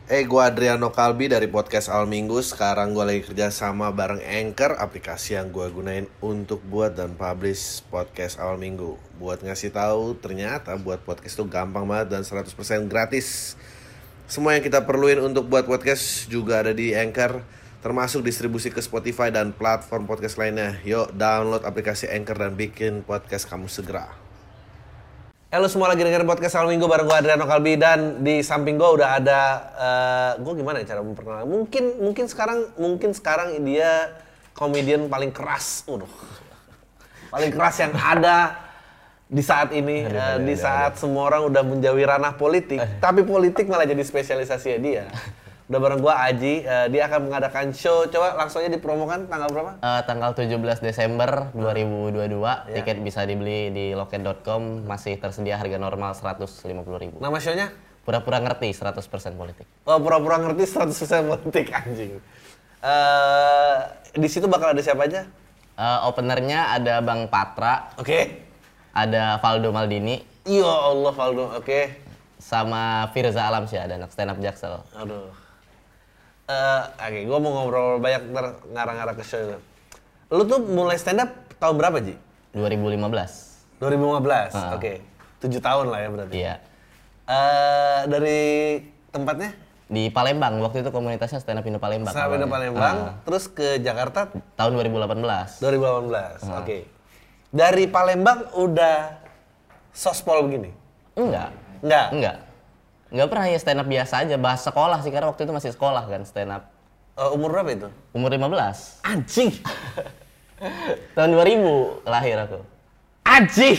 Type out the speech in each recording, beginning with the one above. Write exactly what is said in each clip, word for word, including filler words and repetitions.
Eh, gue Adriano Kalbi dari podcast Awal Minggu. Sekarang gue lagi kerja sama bareng Anchor, aplikasi yang gue gunain untuk buat dan publish podcast Awal Minggu. Buat ngasih tahu, ternyata buat podcast itu gampang banget dan seratus persen gratis. Semua yang kita perluin untuk buat podcast juga ada di Anchor, termasuk distribusi ke Spotify dan platform podcast lainnya. Yuk download aplikasi Anchor dan bikin podcast kamu segera. Halo semua, lagi dengerin podcast Awal Minggu bareng gue Adriano Kalbi, dan di samping gue udah ada uh, gue gimana ya cara memperkenalkan? Mungkin mungkin sekarang mungkin sekarang dia komedian paling keras, udah paling keras yang ada di saat ini, aduh, uh, aduh, di aduh, saat aduh. Semua orang udah menjauhi ranah politik, eh. tapi politik malah jadi spesialisasinya dia. Udah bareng gue Aji, uh, dia akan mengadakan show. Coba langsung aja dipromokan, tanggal berapa? Uh, tanggal tujuh belas Desember dua ribu dua puluh dua. Yeah. Tiket bisa dibeli di loket dot com, masih tersedia harga normal seratus lima puluh ribu. Nama show-nya? Pura-pura ngerti seratus persen politik. Oh, pura-pura ngerti seratus persen politik, anjing. Uh, di situ bakal ada siapa aja? Uh, openernya ada Bang Patra. Oke. Okay. Ada Valdo Maldini. Ya Allah, Valdo. Oke. Okay. Sama Firza Alamsyah, ada anak stand up Jaksel. Aduh. Uh, Oke, okay, gue mau ngobrol banyak ntar ngarang-ngarang ke show itu. Lu tuh mulai stand up tahun berapa, Ji? dua ribu lima belas. dua ribu lima belas, uh. Oke. Okay. tujuh tahun lah ya berarti. Iya. Uh, dari tempatnya? Di Palembang, waktu itu komunitasnya stand up Indo Palembang. Stand up Indo Palembang, uh. terus ke Jakarta? Tahun dua ribu delapan belas. dua ribu delapan belas, uh. Oke. Okay. Dari Palembang udah sospol begini? Enggak. Enggak? Enggak. Enggak pernah, ya stand up biasa aja, bahas sekolah sih, karena waktu itu masih sekolah kan stand up. Uh, umur berapa itu? Umur lima belas. Anjing! Tahun dua ribu lahir aku. Anjing!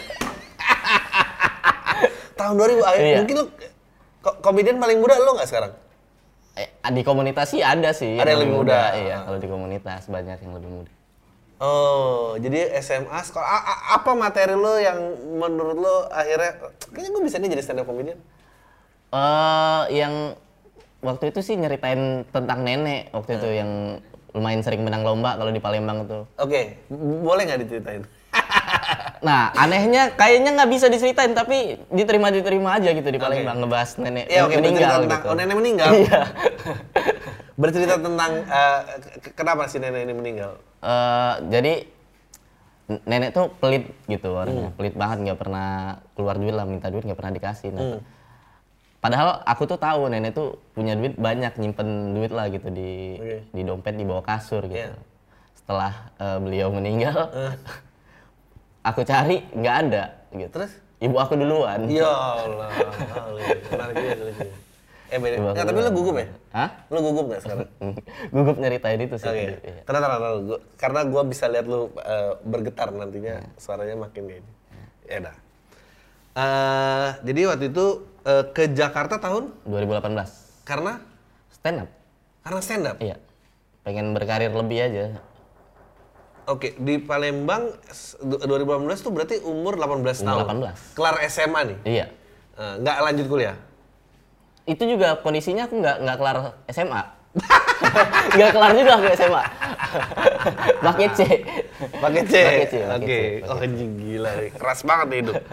Tahun dua ribu, iya. Mungkin lu komedian paling muda lu nggak sekarang? Eh, di komunitas sih ada sih. Ada yang lebih muda? muda. Iya, kalau di komunitas banyak yang lebih muda. Oh, jadi S M A sekolah. A- a- apa materi lo yang menurut lo akhirnya, kayaknya gue bisa nih jadi stand up comedian? Uh, yang waktu itu sih nyeritain tentang nenek waktu hmm. itu yang lumayan sering menang lomba kalau di Palembang itu. Oke, okay. Boleh nggak diceritain? Nah, anehnya kayaknya nggak bisa diceritain, tapi diterima-diterima aja gitu di Palembang, okay. Ngebahas nenek ya, okay, meninggal tentang, gitu. Oh, nenek meninggal? Iya. Bercerita tentang uh, kenapa sih nenek ini meninggal? Uh, jadi nenek tuh pelit gitu orangnya, hmm. pelit banget, nggak pernah keluar duit lah, minta duit nggak pernah dikasih. Nah, hmm. Padahal aku tuh tahu nenek tuh punya duit banyak, nyimpen duit lah gitu di okay. di dompet, di bawah kasur gitu. Yeah. Setelah uh, beliau meninggal, uh. aku cari nggak ada gitu. Terus? Ibu aku duluan. Ya Allah. Eh beda. Nggak, tapi lu gugup ya? Hah? Lu gugup nggak sekarang? Gugup nyeritain itu sih. Oke. Okay. Karena, karena, karena gue bisa lihat lu uh, bergetar nantinya, hmm. suaranya makin kayak ini. Ya dah. Uh, jadi waktu itu uh, ke Jakarta tahun? dua ribu delapan belas. Karena? Stand up. Karena stand up? Iya. Pengen berkarir lebih aja. Oke, di Palembang dua ribu delapan belas tuh berarti umur delapan belas tahun? delapan belas. Kelar S M A nih? Iya. Uh, nggak lanjut kuliah? Itu juga kondisinya aku nggak nggak kelar S M A. Nggak kelar juga aku S M A. Pakai C. Pakai C? Oke. Oh anjing, gila. Keras banget nih hidup.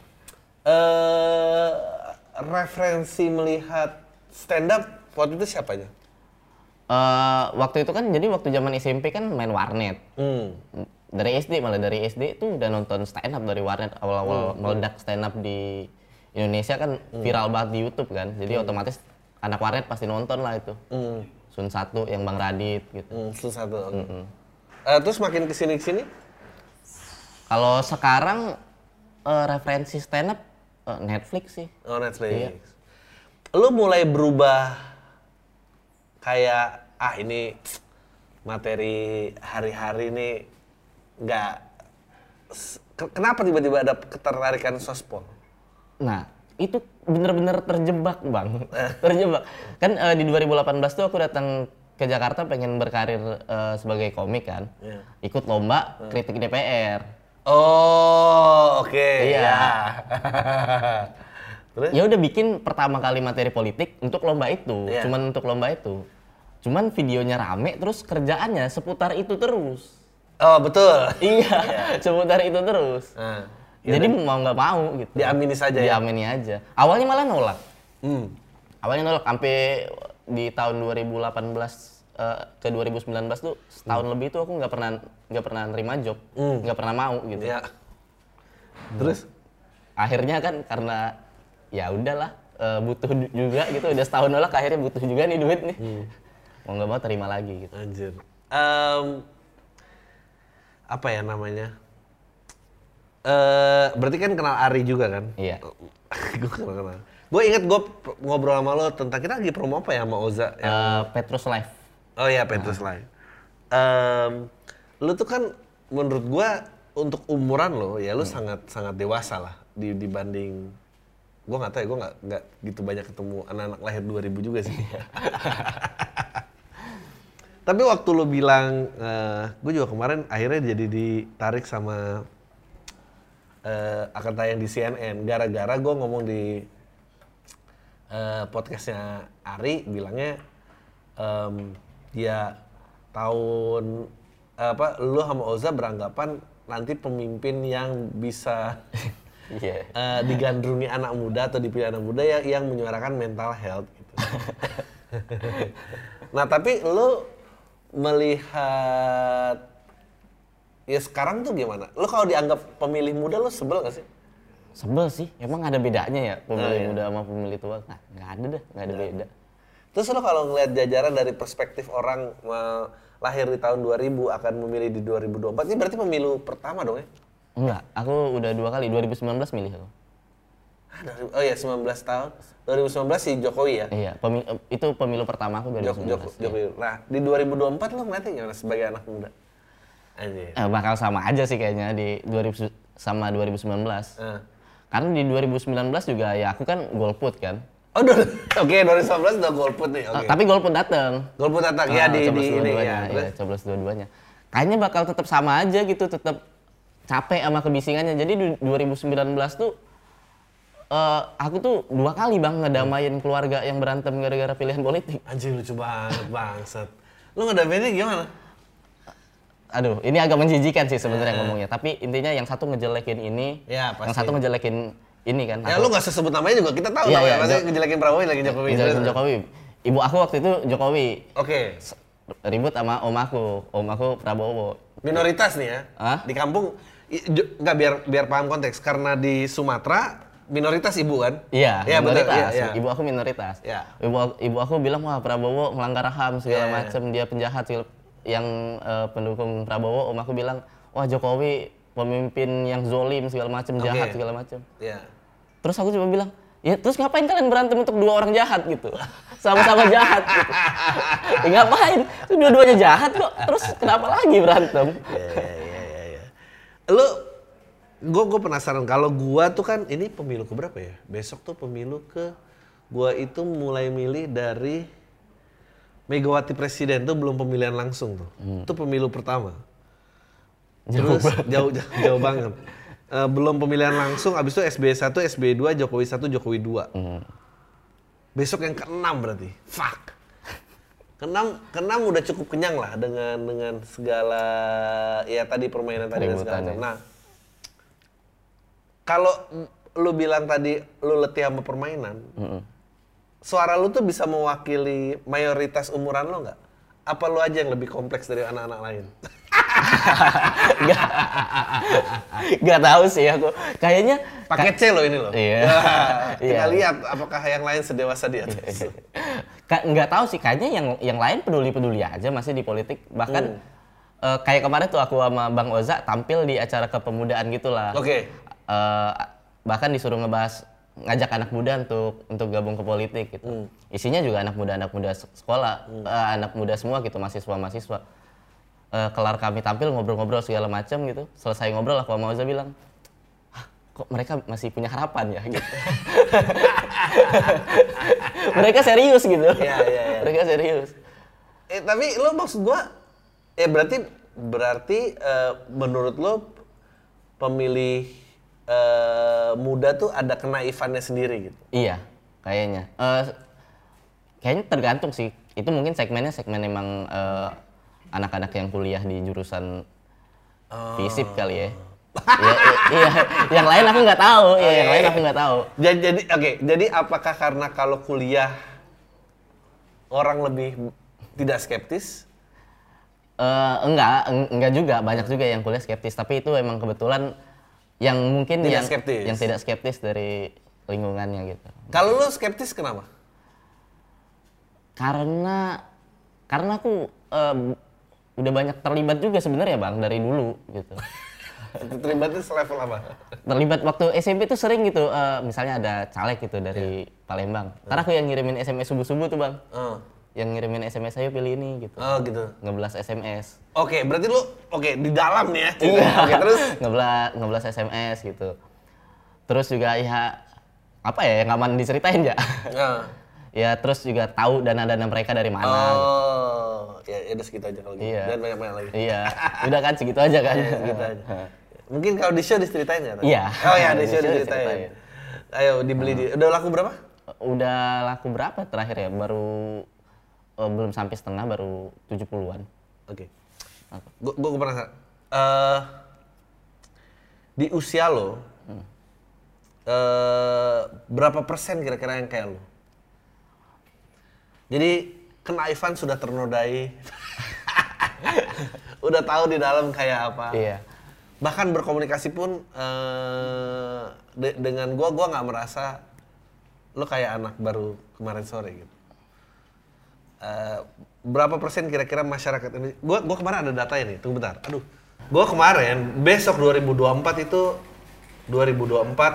Uh, referensi melihat stand up waktu itu siapa aja? Uh, waktu itu kan, jadi waktu zaman S M P kan main warnet. Hmm. Dari S D, malah dari S D tuh udah nonton stand up dari warnet. Awal-awal hmm. meledak stand up di Indonesia kan hmm. viral banget di YouTube kan. Jadi hmm. otomatis anak warnet pasti nonton lah itu. Hmm. Sun satu yang Bang Radit gitu. Hmm, Sun satu. Hmm. Uh, terus makin kesini kesini? Kalau sekarang uh, referensi stand up uh, Netflix sih. Oh, Netflix. Iya. Lu mulai berubah kayak ah ini materi hari-hari ini nggak, kenapa tiba-tiba ada ketertarikan sospol? Nah, itu bener-bener terjebak, Bang. Terjebak. Kan uh, di dua ribu delapan belas tuh aku datang ke Jakarta pengen berkarir uh, sebagai komik kan. Yeah. Ikut lomba hmm. kritik D P R. Oh, oke. Okay. Iya. Terus? Ya udah bikin pertama kali materi politik untuk lomba itu. Yeah. Cuman untuk lomba itu. Cuman videonya rame, terus kerjaannya seputar itu terus. Oh, betul. Iya, yeah. Seputar itu terus. Uh. Ya jadi udah. mau nggak mau gitu. Diamini saja Diamini ya? aja. Awalnya malah nolak. Hmm. Awalnya nolak sampai di tahun dua ribu delapan belas uh, ke dua ribu sembilan belas tuh setahun hmm. lebih tuh aku nggak pernah nggak pernah nerima job, nggak hmm. pernah mau gitu. Ya. Terus akhirnya kan karena ya udahlah uh, butuh juga gitu, udah setahun nolak akhirnya butuh juga nih duit nih. Hmm. Mau nggak mau terima lagi gitu. Anjir. Um, apa ya namanya? Uh, berarti kan kenal Ari juga kan? Iya. Gue kenal-kenal. Gue inget gue ngobrol sama lo tentang kita lagi promo apa ya sama Oza? Yang... Uh, Petrus Live. Oh iya Petrus nah. Live. Um, lo tuh kan menurut gue untuk umuran lo ya lo hmm. sangat sangat dewasa lah di, dibanding gue nggak tahu ya gue nggak nggak gitu banyak ketemu anak-anak lahir dua ribu juga sih. Tapi waktu lo bilang, uh, gue juga kemarin akhirnya jadi ditarik sama uh, akan tayang di C N N gara-gara gue ngomong di uh, podcastnya Ari bilangnya um, dia tahun apa lo sama Oza beranggapan nanti pemimpin yang bisa yeah. uh, digandrungi anak muda atau dipilih anak muda yang, yang menyuarakan mental health gitu. Nah tapi lo melihat ya sekarang tuh gimana? Lo kalau dianggap pemilih muda lo sebel gak sih? Sebel sih, emang ada bedanya ya pemilih nah, iya. muda sama pemilih tua? Nah, nggak ada dah, nggak ada nah. beda. Terus lo kalau ngeliat jajaran dari perspektif orang uh, lahir di tahun dua ribu akan memilih di dua ribu dua puluh empat, ini berarti pemilu pertama dong ya? Enggak, aku udah dua kali, dua ribu sembilan belas milih aku. Oh iya, sembilan belas tahun. dua ribu sembilan belas si Jokowi ya? Iya, pemilu, itu pemilu pertama aku dua ribu sembilan belas. Joko, Joko, iya. Nah, di dua ribu dua puluh empat lo ngeliatnya gimana sebagai anak muda? Eh, bakal sama aja sih kayaknya di dua ribu sama dua ribu sembilan belas. Uh. Karena di dua ribu sembilan belas juga ya aku kan golput kan. Oh, oke, okay, dua ribu sembilan belas udah golput nih. Okay. Uh, tapi golput datang. Golput datang uh, ya di, di ini ya. Iya, coblos dua-duanya. Kayaknya bakal tetap sama aja gitu, tetap capek sama kebisingannya. Jadi di dua ribu sembilan belas tuh uh, aku tuh dua kali bang ngedamain keluarga yang berantem gara-gara pilihan politik. Anjing lucu banget bangsat. Lu ngedamainnya gimana? Aduh, ini agak menjijikan sih sebenarnya uh. ngomongnya. Tapi intinya yang satu ngejelekin ini, ya, yang satu ngejelekin ini kan. Ya aku, lu nggak usah sebut namanya juga, kita tahu iya, namanya. Iya, Maksudnya ngejelekin Prabowo, ngejelekin Jokowi. Ngejelekin Jokowi. Ibu aku waktu itu Jokowi. Oke. Okay. Ribut sama om aku, om aku Prabowo. Minoritas nih ya? Hah? Di kampung, nggak biar biar paham konteks. Karena di Sumatera, minoritas ibu kan? Iya, ya, minoritas. Iya, iya. Ibu aku minoritas. Iya. Ibu, ibu aku bilang, wah Prabowo melanggar H A M segala yeah. macam, dia penjahat segala. Yang uh, pendukung Prabowo, om aku bilang, wah Jokowi pemimpin yang zolim segala macam, okay. jahat segala macam. Yeah. Terus aku cuma bilang, ya terus ngapain kalian berantem untuk dua orang jahat gitu? Sama-sama jahat gitu. Ya, ngapain? Itu dua-duanya jahat kok. Terus kenapa lagi berantem? Iya, iya, iya, iya. Lu, gue gue penasaran kalau gua tuh kan ini pemilu ke berapa ya? Besok tuh pemilu ke, gua itu mulai milih dari Megawati Presiden tuh belum pemilihan langsung tuh. Hmm. Itu pemilu pertama. Terus jauh jauh, jauh banget. Uh, belum pemilihan langsung, abis itu S B Y satu, S B Y dua, Jokowi satu, Jokowi dua. Hmm. Besok yang keenam berarti. Fuck. Keenam, keenam udah cukup kenyang lah dengan dengan segala ya tadi permainan tadi dan segala macam. Nah, kalau lu bilang tadi lu letih sama permainan, hmm. suara lu tuh bisa mewakili mayoritas umuran lu nggak? Apa lu aja yang lebih kompleks dari anak-anak lain? Gak, gak tahu sih aku. Kayaknya paket C lo ini loh. Iya. Kita iya. lihat apakah yang lain sedewasa dia. Nggak tahu sih. Kayaknya yang yang lain peduli-peduli aja masih di politik. Bahkan hmm. uh, kayak kemarin tuh aku sama Bang Oza tampil di acara kepemudaan gitulah. Oke. Okay. Uh, bahkan disuruh ngebahas ngajak anak muda untuk untuk gabung ke politik gitu. Hmm. Isinya juga anak muda anak muda sekolah, hmm. uh, anak muda semua gitu, mahasiswa-mahasiswa. Uh, kelar kami tampil ngobrol-ngobrol segala macam gitu. Selesai ngobrol aku sama Oza bilang, kok mereka masih punya harapan ya gitu. Mereka serius gitu. Iya, iya, iya. Mereka serius. Eh tapi lo maksud gua ya berarti berarti uh, menurut lo pemilih uh, muda tuh ada kenaifannya sendiri gitu. Iya, kayaknya. Uh, kayaknya tergantung sih. Itu mungkin segmennya segmen emang uh, anak-anak yang kuliah di jurusan oh. FISIP kali ya. ya, iya, yang lain aku nggak tahu. Ya, yang lain aku nggak tahu. Jadi, jadi oke. Okay. Jadi apakah karena kalau kuliah orang lebih tidak skeptis? Uh, enggak, eng- enggak juga. Banyak juga yang kuliah skeptis. Tapi itu emang kebetulan yang mungkin tidak yang skeptis. yang tidak skeptis dari lingkungannya gitu. Kalau lu skeptis kenapa? Karena karena aku uh, udah banyak terlibat juga sebenarnya Bang dari dulu gitu. Terlibatnya selevel apa? Terlibat waktu S M P tuh sering gitu, uh, misalnya ada caleg gitu dari yeah. Palembang. Ntar aku yang ngirimin S M S subuh-subuh tuh Bang. Uh. Yang ngirimin S M S ayo pilih ini gitu. Oh gitu. Ngeblas S M S. Oke, okay, berarti lu oke okay, di dalam nih ya. Iya. Oke, okay, terus ngeblas ngeblas S M S gitu. Terus juga ya apa ya yang aman diceritain ya? Uh. Ya terus juga tahu dana-dana mereka dari mana. Oh, gitu. Ya udah segitu aja kalau gitu. Iya. Jangan banyak-banyak lagi. Iya. Udah kan segitu aja kan. Iya, segitu aja. Mungkin kalau di show diceritain nggak? Iya. Oh ya di show diceritain. Ayo dibeli di. Udah laku berapa? Udah laku berapa terakhir ya? Baru oh, belum sampai setengah, baru tujuh puluhan. Oke. Okay. Gue gue penasaran. Uh, di usia lo, hmm. uh, berapa persen kira-kira yang kayak lo? Jadi kenaifan sudah ternodai. Udah tahu di dalam kayak apa. Iya. Bahkan berkomunikasi pun uh, de- dengan gua gua nggak merasa lo kayak anak baru kemarin sore gitu. Uh, berapa persen kira-kira masyarakat ini? Gua gua kemarin ada datanya nih. Tunggu bentar. Aduh. Gua kemarin besok dua ribu dua puluh empat itu dua ribu dua puluh empat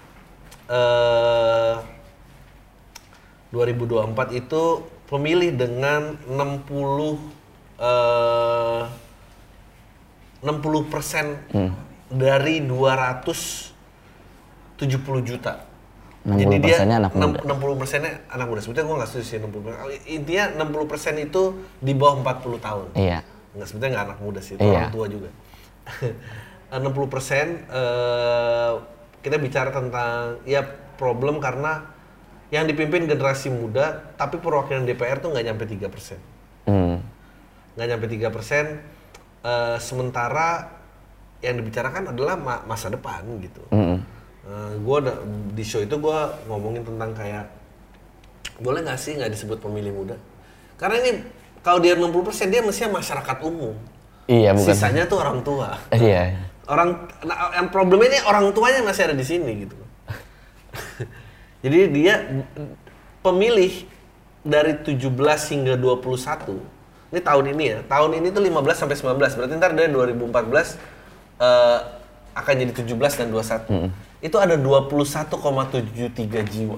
uh, dua ribu dua puluh empat itu pemilih dengan enam puluh uh, enam puluh persen hmm. dari dua ratus tujuh puluh juta. Jadi dia anak muda. enam puluh persennya anak muda. Sebetulnya gue nggak setuju sih enam puluh persen. Intinya enam puluh persen itu di bawah empat puluh tahun. Iya. Nggak, sebetulnya nggak anak muda sih, itu iya. orang tua juga. enam puluh persen uh, kita bicara tentang ya problem karena yang dipimpin generasi muda, tapi perwakilan D P R tuh nggak nyampe tiga persen. Hmm. Nggak nyampe tiga persen. Uh, sementara yang dibicarakan adalah ma- masa depan gitu. Mm. Uh, gue di show itu gue ngomongin tentang kayak boleh nggak sih nggak disebut pemilih muda? Karena ini kalau dia enam puluh persen dia mestinya masyarakat umum. Iya bukan. Sisanya tuh orang tua. Iya. Orang nah, yang problemnya ini orang tuanya masih ada di sini gitu. Jadi dia pemilih dari tujuh belas hingga dua puluh satu. Ini tahun ini ya, tahun ini tuh lima belas sampai sembilan belas, berarti ntar dari dua ribu empat belas uh, akan jadi tujuh belas dan dua puluh satu. Mm. Itu ada dua puluh satu koma tujuh tiga jiwa.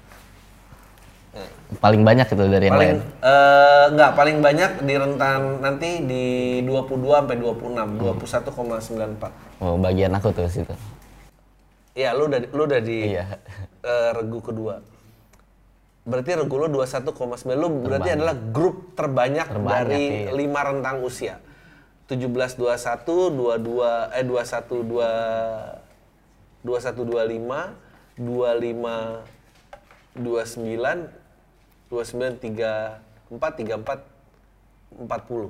Paling banyak itu dari yang paling, lain? Uh, enggak, paling banyak di rentan nanti di dua puluh dua sampai dua puluh enam, mm. dua puluh satu koma sembilan empat. Oh, bagian aku tuh situ. Iya, lu udah lu udah di iya. uh, regu kedua. Berarti regu lu dua puluh satu koma sembilan, lu berarti terbanyak. Adalah grup terbanyak, terbanyak dari iya. lima rentang usia. tujuh belas dua puluh satu, dua puluh dua eh dua puluh satu dua dua puluh satu dua puluh lima, dua puluh lima dua puluh sembilan, dua puluh sembilan tiga puluh empat, tiga puluh empat, empat puluh.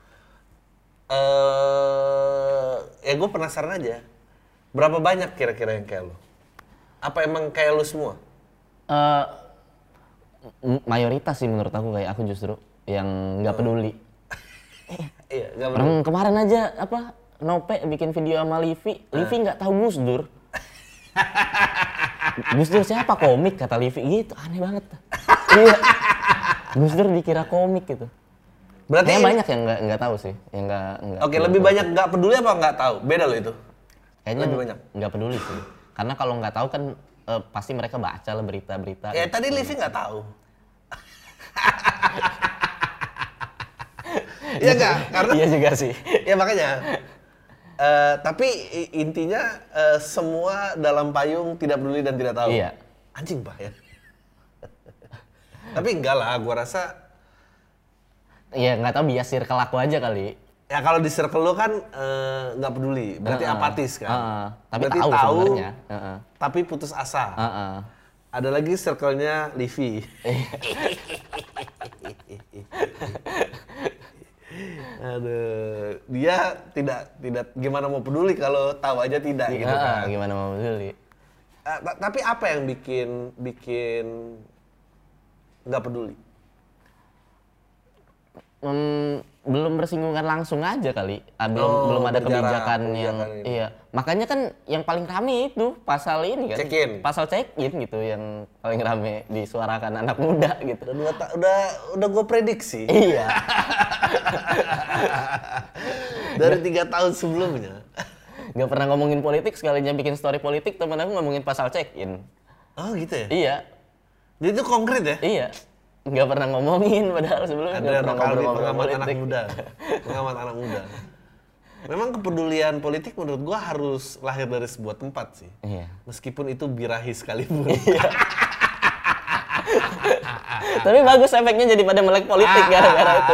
Eh ya gue penasaran aja. Berapa banyak kira-kira yang kayak lu? Apa emang kayak lu semua? Uh, mayoritas sih menurut aku, kayak aku justru yang nggak peduli. Iya, nggak peduli. Orang kemarin aja apa Nope bikin video sama Livi, Livi nggak tahu Gus Dur. Gus Dur siapa? Komik kata Livi gitu, aneh banget. Iya. Gus Dur dikira komik gitu. Berarti ini... banyak yang nggak nggak tahu sih, yang nggak nggak. Oke, lebih banyak nggak peduli apa nggak tahu? Beda loh itu. Kayaknya lebih banyak nggak peduli sih. Karena kalau nggak tahu kan uh, pasti mereka baca lah berita-berita. Ya gitu. tadi Livi nggak tahu. Iya nggak? Karena iya juga sih. Ya makanya. Uh, tapi intinya uh, semua dalam payung tidak peduli dan tidak tahu. Iya. Anjing pak ya. Tapi enggak lah, gua rasa. Iya nggak tahu bias circle aku aja kali. Ya kalau di circle lo kan nggak uh, peduli, berarti uh-uh. apatis kan. Uh-uh. Tapi berarti tahu, tahu sebenarnya. Uh-uh. Tapi putus asa. Uh-uh. Ada lagi circle-nya Livi. Aduh, dia tidak tidak gimana mau peduli kalau tahu aja tidak gitu kan. Gimana mau peduli. Uh, t- tapi apa yang bikin bikin nggak peduli? Hmm, belum bersinggungan langsung aja kali. Ah, belum Oh, belum ada berjarak, kebijakan yang kebijakan ini. iya. Makanya kan yang paling rame itu pasal ini kan. Check-in. Pasal check-in gitu yang paling rame disuarakan anak muda gitu. Udah dua ta- udah udah gue prediksi Iya. dari tiga tahun sebelumnya. Gak pernah ngomongin politik, sekalinya bikin story politik temen aku ngomongin pasal check-in. Oh gitu ya? Iya. Jadi itu konkret ya? Iya. Nggak pernah ngomongin padahal sebelumnya nggak Adriano pernah Kalbi, ngobrol-ngobrol pengamat anak politik. muda. Pengamat anak muda. Memang kepedulian politik menurut gua harus lahir dari sebuah tempat sih. Iya. Meskipun itu birahi sekalipun. Tapi bagus efeknya jadi pada melek politik gara-gara itu.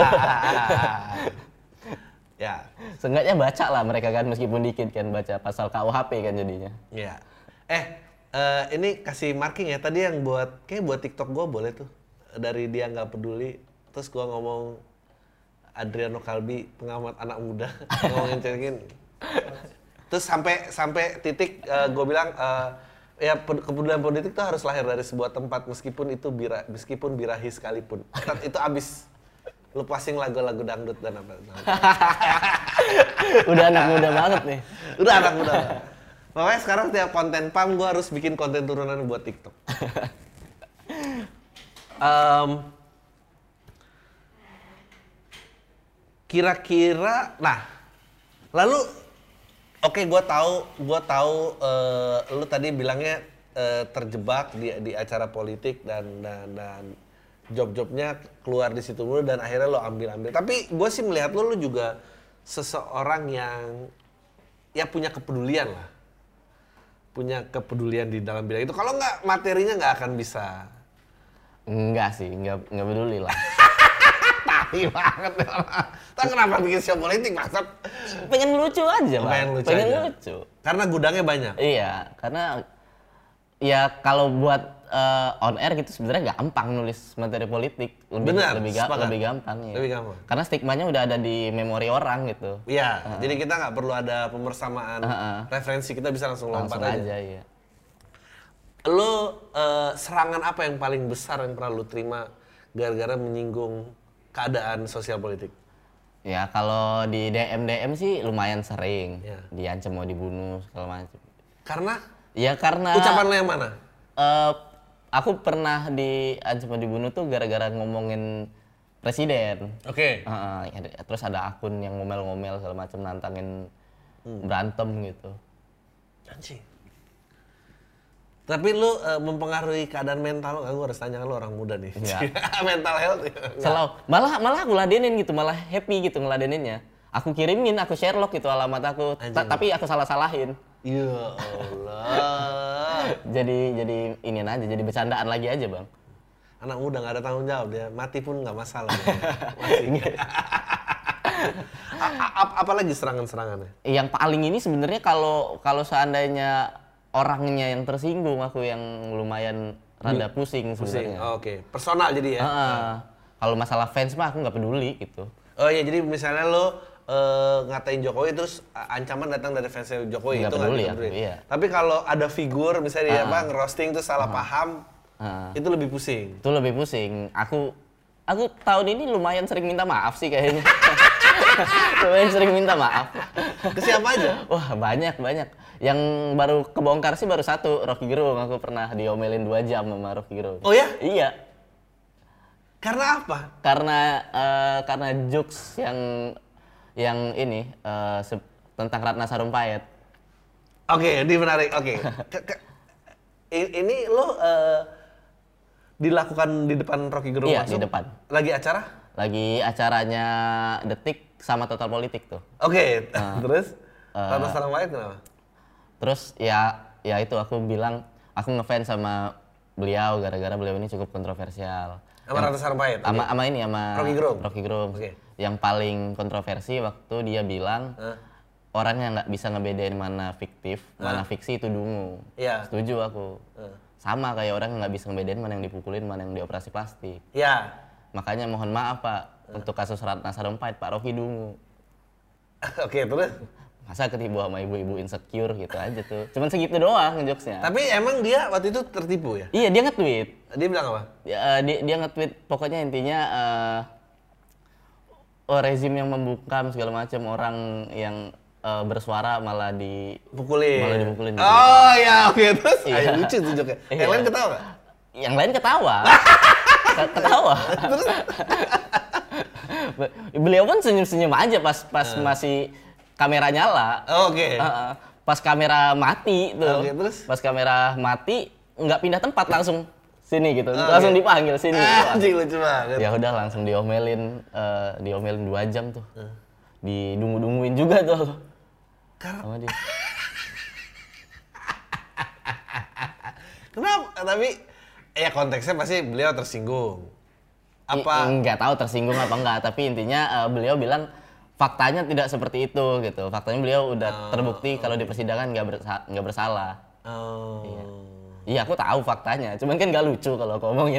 Ya, Seenggaknya baca lah mereka kan meskipun dikit kan baca pasal K U H P kan jadinya. ya. Eh, eh, ini kasih marking ya. Tadi yang buat, kayak buat TikTok gua boleh tuh. Dari dia nggak peduli, terus gua ngomong Adriano Kalbi, pengamat anak muda, ngomongin cekin. Terus sampai sampai titik uh, gue bilang uh, ya kepedulian politik itu harus lahir dari sebuah tempat meskipun itu bira, meskipun birahi sekalipun. Itu abis lu passing lagu-lagu dangdut dan apa. Udah anak muda banget nih. Udah anak muda. Makanya sekarang tiap konten pam gue harus bikin konten turunan buat TikTok. Um, kira-kira, nah, lalu, oke, okay, gue tahu, gue tahu, uh, lu tadi bilangnya uh, terjebak di di acara politik dan dan, dan job-jobnya keluar di situ dulu dan akhirnya lo ambil-ambil. Tapi gue sih melihat lo, lo juga seseorang yang ya punya kepedulian lah, punya kepedulian di dalam bidang itu. Kalau nggak materinya nggak akan bisa. Enggak sih, enggak enggak peduli lah. Tahi banget ya orang. Tak kenapa bikin show politik, maksud? Pengen lucu aja, Bang. Pengen lucu Pengen aja. lucu. Karena gudangnya banyak. Iya, karena ya kalau buat uh, on air gitu sebenarnya gampang nulis materi politik. Lebih Benar, lebih, ga- sepakat. lebih gampang ya. Lebih gampang. Karena stigmanya udah ada di memori orang gitu. Iya, jadi kita nggak perlu ada pemersamaan Uh-uh. referensi, kita bisa langsung lompat Langsung aja. aja ya. Lo uh, serangan apa yang paling besar yang pernah lo terima gara-gara menyinggung keadaan sosial politik? Ya kalau di D M D M sih lumayan sering. Ya. Diancam mau dibunuh segala macam. Karena Ya karena ucapan lo yang mana? eh, aku pernah diancam mau dibunuh tuh gara-gara ngomongin presiden. Oke. Heeh, ya, terus ada akun yang ngomel-ngomel segala macam nantangin berantem gitu. Anjing. Tapi lu uh, mempengaruhi keadaan mental lo, gue harus tanya lo orang muda nih. Enggak. Mental health. Selalu malah malah aku ladenin gitu, malah happy gitu ngeladeninnya. Aku kirimin, aku Sherlock gitu alamat aku, Ta- tapi aku salah-salahin. Ya Allah. Jadi jadi inian aja, jadi bercandaan lagi aja, Bang. Anak muda nggak ada tanggung jawab dia, mati pun nggak masalah. Masih. A- a- apalagi serangan-serangannya? Yang paling ini sebenarnya kalau kalau seandainya orangnya yang tersinggung, aku yang lumayan rada pusing Pusing. sebenarnya. Oh, Oke, personal jadi ya. Heeh. Kalau masalah fans mah aku nggak peduli gitu. Oh iya, jadi misalnya lo eh, ngatain Jokowi terus a- ancaman datang dari fans Jokowi, Nggak itu nggak peduli peduli. aku, iya. Tapi kalau ada figur misalnya dia Ah. apa ngerosting terus salah paham, Heeh. itu lebih pusing. Itu lebih pusing. Aku aku tahun ini lumayan sering minta maaf sih kayaknya. lumayan sering minta maaf. Ke siapa aja? Wah banyak banyak. Yang baru kebongkar sih baru satu, Rocky Gerung. Aku pernah diomelin dua jam sama Rocky Gerung. Oh ya? Iya. Karena apa? Karena eh, karena jokes yang yang ini eh, se- tentang Ratna Sarumpayat. Oke, ini menarik. Oke. Ke- ke- i- ini lo eh, dilakukan di depan Rocky Gerung Iya, langsung? di depan. Lagi acara? Lagi acaranya Detik sama Total Politik tuh. Oke, Ah. terus? Eh. Ratna Sarumpayat kenapa? Terus ya ya itu aku bilang aku ngefans sama beliau gara-gara beliau ini cukup kontroversial. Sama Ratna Sarumpayat? Sama Oke. sama ini sama Rocky Gerung? Rocky Gerung. Oke. Yang paling kontroversi waktu dia bilang Hah? orang yang nggak bisa ngebedain mana fiktif, mana fiksi itu dungu. Iya. Setuju aku. Hah. Sama kayak orang yang nggak bisa ngebedain mana yang dipukulin, mana yang dioperasi plastik. Ya. Makanya mohon maaf Pak, untuk kasus Ratna Sarumpait Pak Rocky dungu. Oke, terus? Masa ketipu sama ibu-ibu insecure gitu aja tuh. Cuman segitu doang ngejokesnya. Tapi emang dia waktu itu tertipu ya? Iya dia nge-tweet. Dia bilang apa? Ya, eh, dia, dia nge-tweet pokoknya intinya eh, oh rezim yang membungkam segala macam, orang yang uh, bersuara malah Pukulin. malah dipukulin. Oh ya, oke, terus Iya. ayo lucu tuh joknya. Iya. Yang lain ketawa nggak? Yang lain ketawa. ketawa. Terus Beliau pun senyum-senyum aja pas pas masih kamera nyala. oh, oke. Uh, uh, pas kamera mati tuh. Oke, terus? Pas kamera mati nggak pindah tempat, langsung sini gitu. Oke. Langsung dipanggil sini. Wah. Anjing lucu banget. Ya udah langsung diomelin uh, diomelin dua jam tuh. Didungu-dunguin juga tuh. Karena Sama dia. kenapa? Tapi ya konteksnya pasti beliau tersinggung. Apa? I, nggak tahu tersinggung apa enggak, tapi intinya uh, beliau bilang faktanya tidak seperti itu gitu. Faktanya beliau udah Oh, terbukti kalau di persidangan nggak bersa nggak bersalah. Oh. Iya, aku tahu faktanya. Cuman kan nggak lucu kalau aku ngomongin.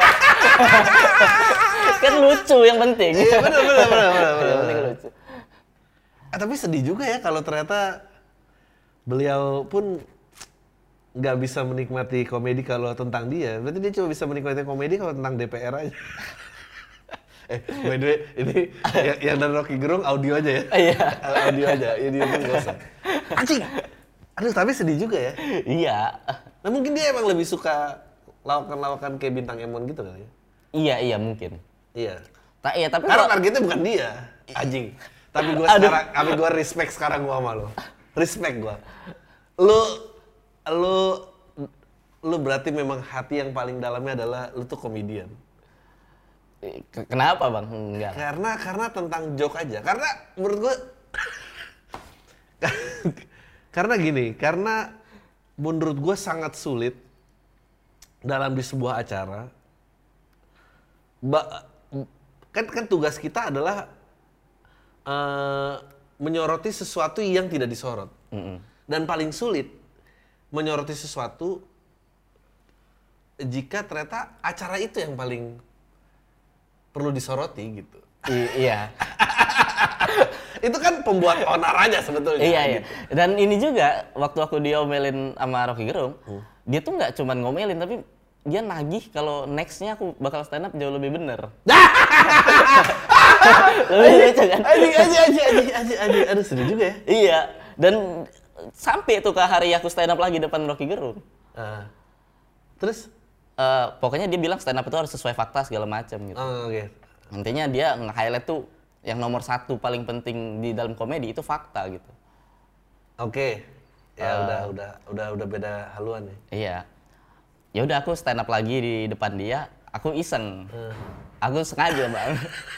Kan lucu yang penting. Iya benar benar benar benar. Yang penting lucu. Ah, tapi sedih juga ya kalau ternyata beliau pun nggak bisa menikmati komedi kalau tentang dia. Berarti dia cuma bisa menikmati komedi kalau tentang D P R aja. eh, by the way, ini yang, yang dari Rocky Gerung audio aja ya? Iya. Audio aja, ini pun nggak usah. Anjing! Aduh, tapi sedih juga ya. Iya. Nah mungkin dia emang lebih suka lawakan-lawakan kayak Bintang Emon gitu kali ya? Iya, iya mungkin. Iya. Tak iya, tapi Karena kalau targetnya bukan dia, anjing. Tapi gue Aduh. sekarang, tapi gue respect sekarang gue sama lo. Respect gue. Lu, lu, lu berarti memang hati yang paling dalamnya adalah lu tuh komedian. K- kenapa bang? Enggak. Karena, karena tentang joke aja. Karena menurut gue, karena gini, karena menurut gue sangat sulit dalam di sebuah acara. Ba, kan kan tugas kita adalah uh, menyoroti sesuatu yang tidak disorot. Mm-mm. Dan paling sulit menyoroti sesuatu jika ternyata acara itu yang paling perlu disoroti gitu. I- iya. Itu kan pembuat onar aja sebetulnya. Iya, iya. gitu. Dan ini juga waktu aku diomelin sama Rocky Gerung, dia tuh nggak cuman ngomelin tapi dia nagih kalau nextnya aku bakal stand up jauh lebih bener. Lebih lucu kan? Anjing, anjing, anjing, anjing, anjing, anjing. Aduh, sedih juga ya. Iya. Dan sampai tuh ke hari aku stand up lagi depan Rocky Gerung. Ah. Terus? Eh, pokoknya dia bilang stand up itu harus sesuai fakta segala macam gitu. Oh, oke. Intinya dia nge-highlight tuh yang nomor satu paling penting di dalam komedi itu fakta gitu. Oke. Ya Ah. udah, udah, udah, udah beda haluan ya. Iya. Ya udah aku stand up lagi di depan dia, aku iseng. Aku sengaja, Bang.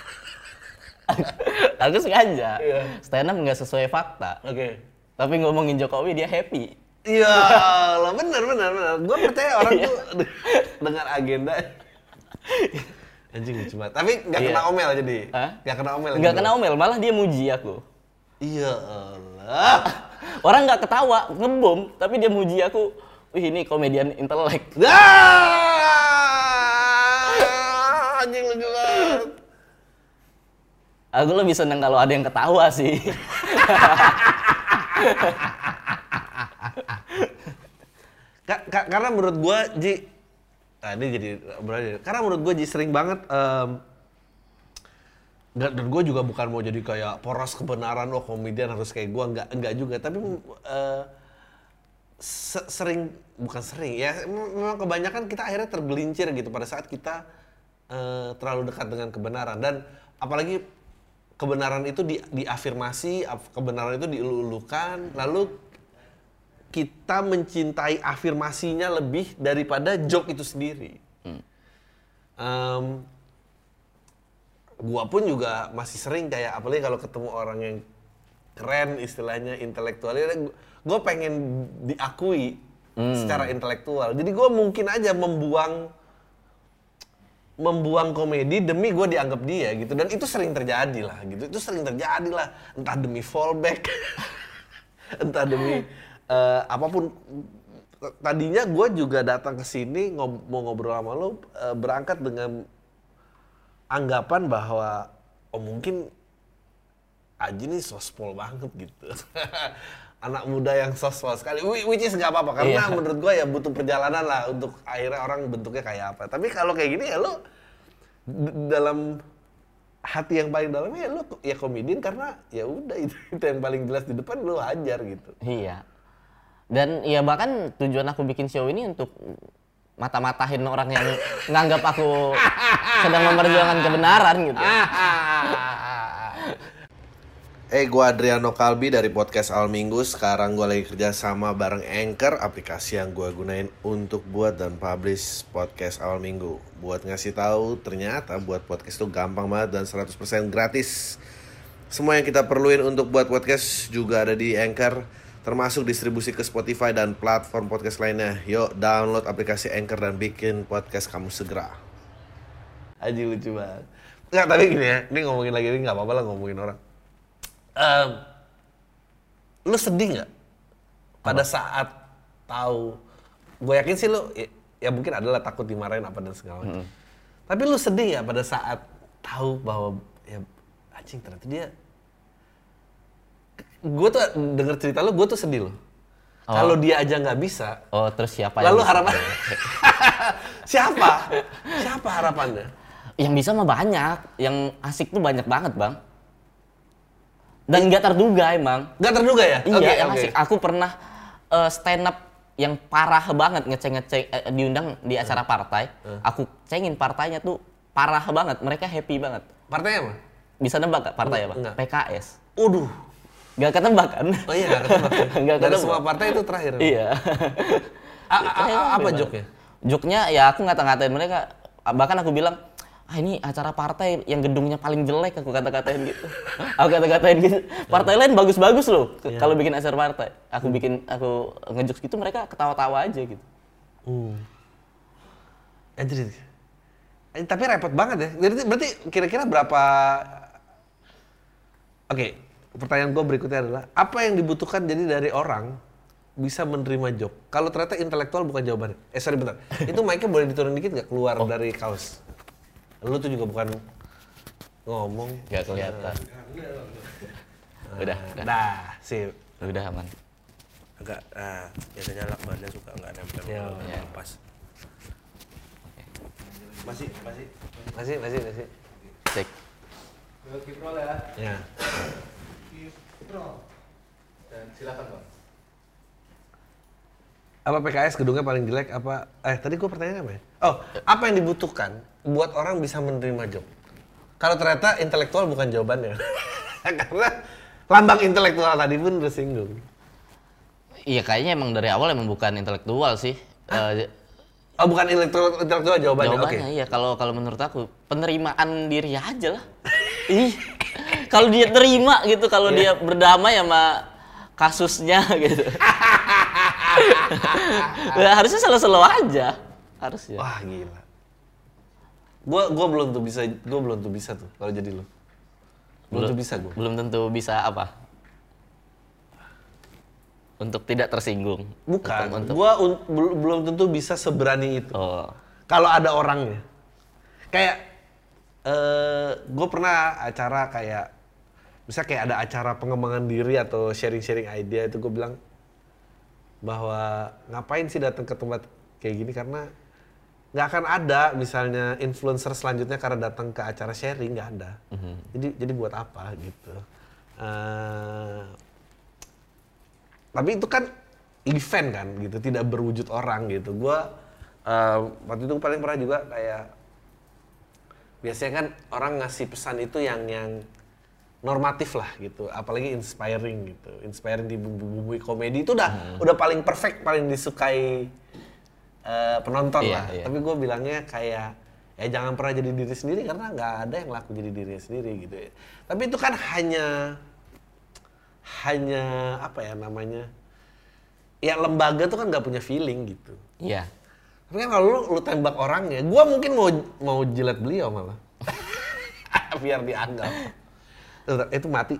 aku sengaja. Iya. Stand up nggak sesuai fakta. Oke. Tapi ngomongin Jokowi dia happy. Iya, lah benar benar benar. Gue percaya orang tuh dengan agenda. Anjing lucu banget. Tapi nggak Iya. kena omel jadi. Hah? Nggak kena omel. Nggak gitu. kena omel, malah dia muji aku. Iya Allah. Orang nggak ketawa, ngebom, tapi dia muji aku. Wih, ini komedian intelek. Ah, anjing lucu banget. Aku lebih seneng kalau ada yang ketawa sih. Ka- ka- karena menurut gue Ji, nah ini jadi berarti. Karena menurut gue Ji sering banget. em, dan dan gue juga bukan mau jadi kayak poros kebenaran, oh komedian harus kayak gue, enggak enggak juga. Tapi eh, se- sering bukan sering ya, mem- memang kebanyakan kita akhirnya tergelincir gitu pada saat kita eh, terlalu dekat dengan kebenaran. Dan apalagi kebenaran itu di, diafirmasi, af- kebenaran itu diulu-ulukan, lalu kita mencintai afirmasinya lebih daripada joke itu sendiri. Em, gua pun juga masih sering kayak apalagi kalau ketemu orang yang keren istilahnya intelektual, gue pengen diakui secara intelektual. Jadi gue mungkin aja membuang membuang komedi demi gue dianggap dia gitu, dan itu sering terjadi lah gitu. Itu sering terjadi lah, entah demi fallback, entah demi eh, apapun. Tadinya gue juga datang ke sini ngob- mau ngobrol sama lo eh, berangkat dengan anggapan bahwa oh mungkin Aji nih sospol banget gitu. Anak muda yang sospol sekali, Wh- which is gak apa-apa karena Iya. menurut gue ya butuh perjalanan lah untuk akhirnya orang bentuknya kayak apa. Tapi kalau kayak gini ya lo d- dalam hati yang paling dalam ya lu ya komedian karena ya udah itu, itu yang paling jelas di depan lu ajar gitu. Iya. Dan ya bahkan tujuan aku bikin show ini untuk mata-matahin orang yang nganggap aku sedang memperjuangkan kebenaran gitu. Eh, gue Adriano Kalbi dari podcast Al Minggu. Sekarang gue lagi kerja sama bareng Anchor, aplikasi yang gue gunain untuk buat dan publish podcast Al Minggu. Buat ngasih tahu ternyata buat podcast itu gampang banget dan seratus persen gratis. Semua yang kita perluin untuk buat podcast juga ada di Anchor, termasuk distribusi ke Spotify dan platform podcast lainnya. Yuk download aplikasi Anchor dan bikin podcast kamu segera. Aji lucu banget. Nggak, tapi gini ya, ini ngomongin lagi ini nggak apa-apa lah ngomongin orang. Um, lu sedih nggak pada saat tahu? Gue yakin sih lu ya, ya mungkin adalah takut dimarahin apa dan segala macam. Mm-hmm. Tapi lu sedih nggak pada saat tahu bahwa ya anjing ternyata dia. Gue tuh denger cerita lu, gue tuh sedih loh. Oh. Kalau dia aja nggak bisa. Oh, terus siapa? Lalu harapan siapa? Siapa harapannya? Yang bisa mah banyak, yang asik tuh banyak banget bang. Dan nggak terduga emang. Nggak terduga ya? Iya, okay, yang okay. asik. Aku pernah uh, stand up yang parah banget ngeceng-ngeceng uh, diundang di acara partai. Uh. Aku cengin partainya tuh parah banget. Mereka happy banget. Partainya apa? Bisa nebak gak partai apa? Enggak. P K S. Waduh. Gak ketebak kan? Oh iya gak ketebak. Gak Dari semua partai itu terakhir. Iya. A- a- apa joknya? Joknya ya aku ngata-ngatain mereka. Bahkan aku bilang, ah ini acara partai yang gedungnya paling jelek, aku kata-katain gitu. Aku kata-katain gitu. Partai lain bagus-bagus loh yeah. Kalau bikin acara partai. Aku bikin, aku ngejokes gitu mereka ketawa-tawa aja gitu. Hmm. Eh, jadi, eh, tapi repot banget ya. Jadi berarti kira-kira berapa? Oke, okay, pertanyaan gue berikutnya adalah apa yang dibutuhkan jadi dari orang bisa menerima jok? Kalau ternyata intelektual bukan jawabannya. Eh sorry bentar. Itu mic-nya boleh diturun dikit nggak keluar oh. dari kaos? Lu tuh juga bukan ngomong. Gak kelihatan. Nah, udah, udah. Dah, sip. Udah aman. Agak, nah, biasanya lakbannya suka nggak nempel. Ya, ya. Pas. Oke. Masih, masih. Masih, masih, masih. Cek. Keep roll ya. Ya. Keep roll. Dan silakan Bang. Apa P K S gedungnya paling jelek apa? Eh tadi gue pertanyaan apa ya? Oh, apa yang dibutuhkan buat orang bisa menerima job? Kalau ternyata intelektual bukan jawabannya. Karena lambang intelektual tadi pun tersinggung. Iya kayaknya emang dari awal emang bukan intelektual sih. Uh, oh bukan intelektual, intelektual jawabannya? Jawabannya okay. Iya, kalau kalau menurut aku penerimaan diri aja lah. Ih, kalau dia terima gitu, kalau yeah. dia berdamai sama kasusnya gitu. Nah, harusnya selo-selo aja. Harusnya. Wah gila. Gua gua belum tuh bisa, gua belum tuh bisa tuh kalau jadi lo. Belum, belum tuh bisa gua. Belum tentu bisa apa? Untuk tidak tersinggung. Bukan. Untuk, gua un, belum tentu bisa seberani itu. Oh. Kalau ada orangnya. Kayak uh, gua pernah acara kayak misalnya kayak ada acara pengembangan diri atau sharing-sharing idea itu gue bilang bahwa ngapain sih datang ke tempat kayak gini karena nggak akan ada misalnya influencer selanjutnya karena datang ke acara sharing, nggak ada. Mm-hmm. Jadi jadi buat apa gitu. Uh, tapi itu kan event kan gitu, tidak berwujud orang gitu. Gue uh, waktu itu paling pernah juga kayak biasanya kan orang ngasih pesan itu yang yang normatif lah gitu, apalagi inspiring gitu, inspiring di bumbu-bumbu komedi itu udah hmm. udah paling perfect, paling disukai uh, penonton iya, lah. Iya. Tapi gue bilangnya kayak ya jangan pernah jadi diri sendiri karena nggak ada yang laku jadi diri sendiri gitu. Ya. Tapi itu kan hanya hanya apa ya namanya? Ya lembaga tuh kan nggak punya feeling gitu. Iya. Tapi kan kalau lu, lu tembak orangnya, gue mungkin mau mau jilat beliau malah, biar dianggap. Itu mati.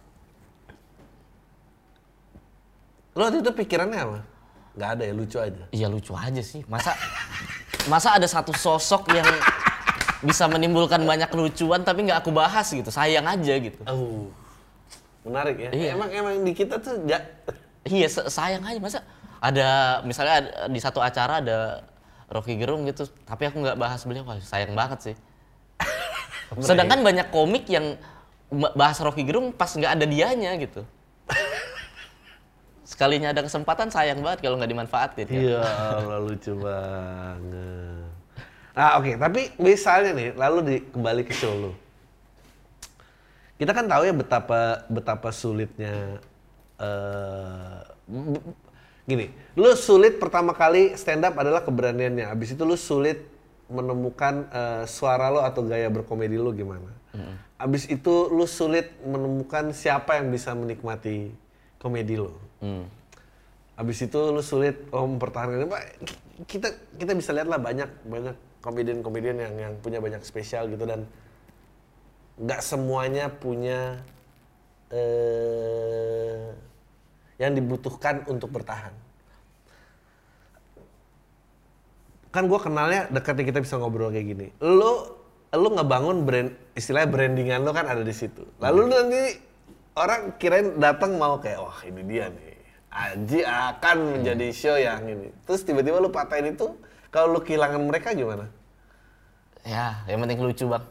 Lo waktu itu pikirannya apa? Gak ada ya, lucu aja? Iya lucu aja sih. Masa masa ada satu sosok yang bisa menimbulkan banyak kelucuan tapi nggak aku bahas gitu. Sayang aja gitu. Oh, menarik ya. Iya. Emang emang di kita tuh ya. Iya sayang aja. Masa ada misalnya ada, di satu acara ada Rocky Gerung gitu, tapi aku nggak bahas beliau. Wah, sayang banget sih. Sedangkan banyak komik yang bahas Rocky Gerung pas nggak ada dianya gitu. Sekalinya ada kesempatan sayang banget kalau nggak dimanfaatin. Iya, ya. Lucu banget. Nah oke, okay. Tapi misalnya nih, lalu di, kembali ke show lu. Kita kan tahu ya betapa betapa sulitnya. Uh, gini, lu sulit pertama kali stand up adalah keberaniannya. Abis itu lu sulit menemukan uh, suara lo atau gaya berkomedi lu gimana. Mm. Abis itu lu sulit menemukan siapa yang bisa menikmati komedi lo. Mm. Abis itu lu sulit oh, mempertahankan. Kita kita bisa lihat lah banyak banyak komedian-komedian yang yang punya banyak spesial gitu dan nggak semuanya punya eh, yang dibutuhkan untuk bertahan. Kan gue kenalnya dekatnya kita bisa ngobrol kayak gini. Lo lo ngebangun brand istilahnya brandingan lo kan ada di situ. Lalu hmm. nanti orang kirain datang mau kayak wah ini dia nih. Aji akan hmm. menjadi show yang ini. Terus tiba-tiba lo patahin itu. Kalau lu kehilangan mereka gimana? Ya, yang penting lucu bang.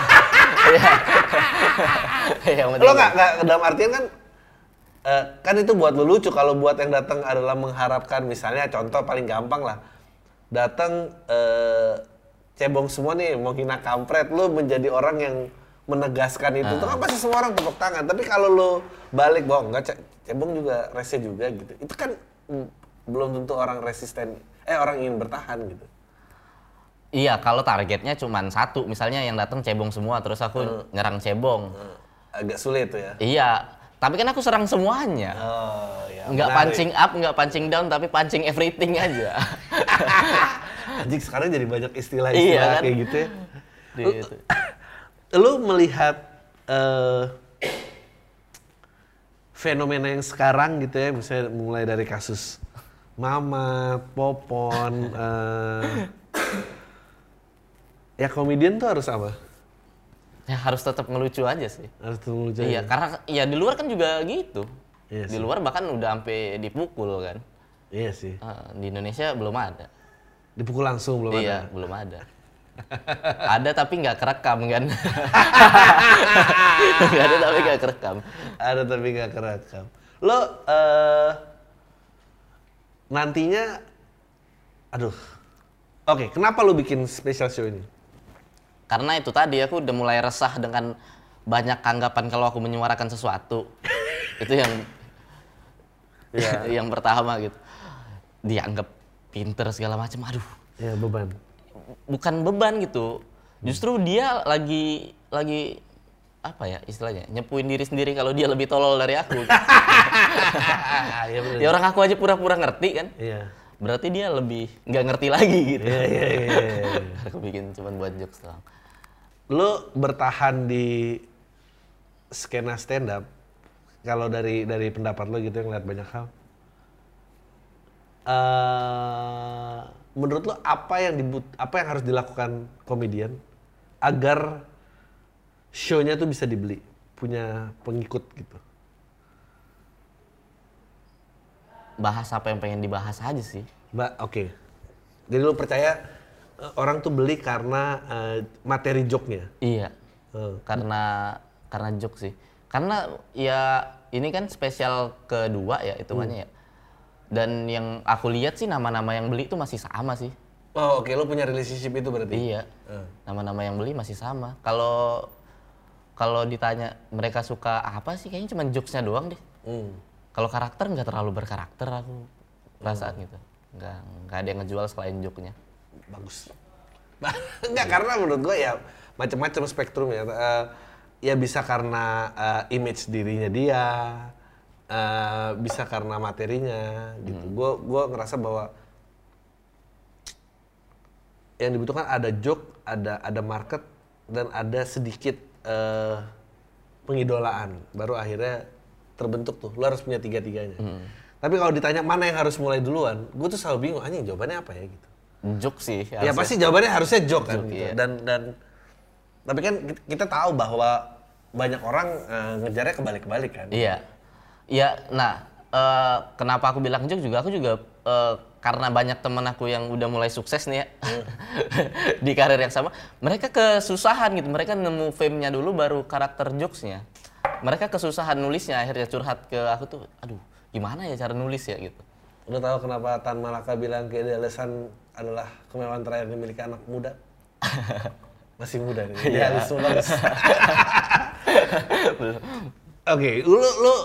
ya, lo nggak nggak dalam artian kan, uh, kan itu buat lu lucu. Kalau buat yang datang adalah mengharapkan, misalnya contoh paling gampang lah, datang uh, cebong semua nih, mau hina kampret, lu menjadi orang yang menegaskan itu. Itu uh. kan pasti semua orang tepuk tangan. Tapi kalau lu balik bahwa enggak cebong juga rese juga gitu, itu kan mm, belum tentu orang resisten. Eh orang ingin bertahan gitu. Iya, kalau targetnya cuma satu, misalnya yang datang cebong semua, terus aku hmm. nyerang cebong. Hmm. Agak sulit tuh ya. Iya, tapi kan aku serang semuanya. Oh, ya, nggak menarik. Pancing up, nggak pancing down, tapi pancing everything aja. Anjing sekarang jadi banyak istilah-istilah iya, kan? Kayak gitu ya. Lu, gitu. Lu melihat uh, fenomena yang sekarang gitu ya, misalnya mulai dari kasus Mamat, Popon, uh, ya komedian tuh harus apa? Ya harus tetap ngelucu aja sih. Harus tetap ngelucu Iya, aja. karena ya di luar kan juga gitu. Iya di sih. luar bahkan udah sampai dipukul kan. Iya sih. Uh, di Indonesia belum ada. Dipukul langsung belum iya, ada? Iya, belum ada. Ada tapi nggak kerekam kan. Nggak ada tapi nggak kerekam. Ada tapi nggak kerekam. Lo, uh, nantinya, aduh, oke, okay, kenapa lu bikin special show ini? Karena itu tadi aku udah mulai resah dengan banyak anggapan kalau aku menyuarakan sesuatu. Itu yang, ya. yang pertama gitu. Dianggap pinter segala macam, aduh. Ya beban. Bukan beban gitu, justru dia lagi lagi apa ya istilahnya nyepuin diri sendiri kalau dia lebih tolol dari aku. ya, ya orang aku aja pura-pura ngerti kan, iya. Berarti dia lebih nggak ngerti lagi gitu. Iya, iya, iya, iya. Aku bikin cuma buat jokes doang. Lo bertahan di skena stand up, kalau dari dari pendapat lo gitu yang lihat banyak hal, uh, menurut lo apa yang dibut apa yang harus dilakukan komedian agar show-nya tuh bisa dibeli, punya pengikut gitu? Bahas apa yang pengen dibahas aja sih. Mbak, oke. Okay. Jadi lo percaya uh, orang tuh beli karena uh, materi joke-nya? Iya. Uh. Karena karena joke sih. Karena ya ini kan spesial kedua ya hitungannya hmm. ya. Dan yang aku lihat sih nama-nama yang beli itu masih sama sih. Oh oke, okay. Lo punya relationship itu berarti? Iya. Uh. Nama-nama yang beli masih sama. Kalau kalau ditanya mereka suka apa sih, kayaknya cuma jokesnya doang deh. Hmm. Kalau karakter nggak terlalu berkarakter aku perasaan hmm. gitu. Nggak nggak ada yang ngejual selain joke-nya. Bagus. Nggak, karena menurut gue ya macam-macam spektrum ya. Uh, ya bisa karena uh, image dirinya dia, uh, bisa karena materinya gitu. Gue hmm. gue ngerasa bahwa yang dibutuhkan ada joke, ada ada market, dan ada sedikit uh, pengidolaan. Baru akhirnya terbentuk tuh. Lo harus punya tiga-tiganya. Hmm. Tapi kalau ditanya mana yang harus mulai duluan, gue tuh selalu bingung. Anjing jawabannya apa ya gitu. Joke sih. Ya pasti jawabannya harusnya joke kan. Joke, gitu. iya. Dan dan tapi kan kita tahu bahwa banyak orang uh, ngejarnya kebalik-kebalik kan. Iya. Iya. Nah, uh, kenapa aku bilang joke juga? Aku juga uh, karena banyak temen aku yang udah mulai sukses nih ya di karir yang sama, mereka kesusahan gitu. Mereka nemu fame-nya dulu baru karakter jokes-nya. Mereka kesusahan nulisnya, akhirnya curhat ke aku tuh, aduh gimana ya cara nulis ya gitu. Lu tahu kenapa Tan Malaka bilang keidealisan adalah kemewahan terakhir dimiliki anak muda? Masih muda nih, idealis banget. Oke, lu lu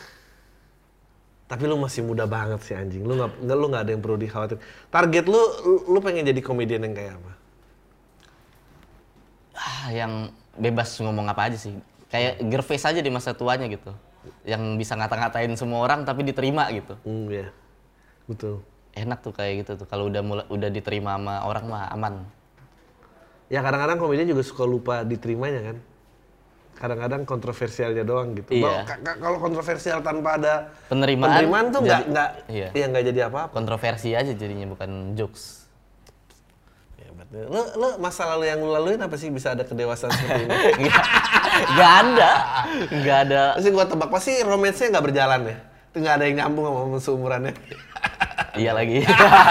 tapi lu masih muda banget sih anjing. Lu nggak nggak lu nggak ada yang perlu dikhawatir. Target lu, lu lu pengen jadi komedian yang kayak apa? Ah, yang bebas ngomong apa aja sih. Kayak Gervais aja di masa tuanya gitu. Yang bisa ngata-ngatain semua orang tapi diterima gitu. Hmm, ya. Betul. Enak tuh kayak gitu tuh. Kalau udah mulai udah diterima sama orang mah aman. Ya kadang-kadang komedian juga suka lupa diterimanya kan. Kadang-kadang kontroversialnya doang gitu. Iya. K- k- kalau kontroversial tanpa ada Penerimaan, penerimaan tuh nggak jadi- nggak iya. ya nggak jadi apa-apa. Kontroversi aja jadinya, bukan jokes. Ya, betul. Lu lu masa lalu yang lu laluin apa sih bisa ada kedewasaan seperti ini? Nggak nggak ada. Nggak ada. Pasti gua tebak pasti romansnya nggak berjalan ya. Itu nggak ada yang nyambung sama seumurannya. Iya lagi.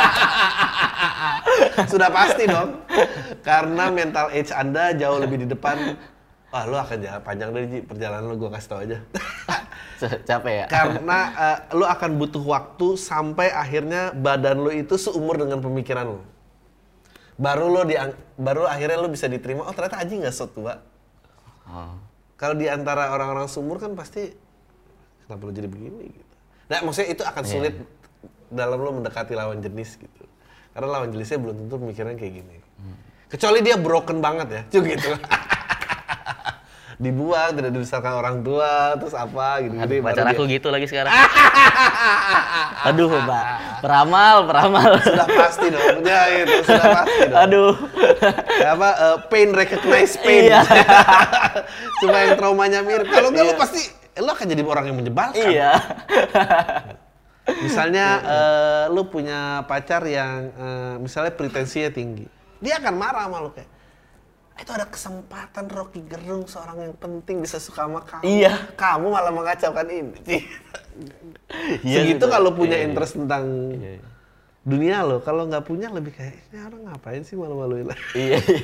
Sudah pasti dong. Karena mental age Anda jauh lebih di depan. Wah, lu akan jalan panjang dari Ji, perjalanan lu, gua kasih tau aja. Capek ya? Karena uh, lu akan butuh waktu sampai akhirnya badan lu itu seumur dengan pemikiran lu. Baru lu di baru akhirnya lu bisa diterima, oh ternyata Aji nggak so tua. Oh. Kalau di antara orang-orang seumur kan pasti kenapa lu jadi begini gitu. Nah, maksudnya itu akan sulit yeah. dalam lu mendekati lawan jenis gitu. Karena lawan jenisnya belum tentu pemikirannya kayak gini. Hmm. Kecuali dia broken banget ya, cuma gitu. Dibuang, tidak dibesarkan orang tua, terus apa gitu. Aduh, pacar aku gitu lagi sekarang. Aduh, Pak. Peramal, peramal. Sudah pasti dong. Ya itu, sudah pasti dong. Aduh. Ya, apa uh, pain recognize pain. Iya. Cuma yang traumanya mirip. Kalau enggak iya. lu pasti lu akan jadi orang yang menyebalkan. Iya. Misalnya uh, lu punya pacar yang uh, misalnya pretensinya tinggi. Dia akan marah sama lu kayak, itu ada kesempatan Rocky Gerung, seorang yang penting bisa suka sama kamu. Iya. Kamu malah mengacaukan ini. Iya, Segitu kalau punya iya, interest iya. tentang iya, iya. dunia lo. Kalau nggak punya lebih kayak, ini orang ngapain sih malu-maluin. Iya, iya.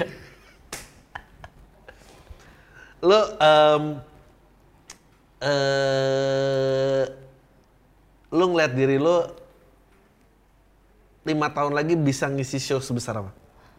Lo um, uh, lo ngeliat diri lo lima tahun lagi bisa ngisi show sebesar apa?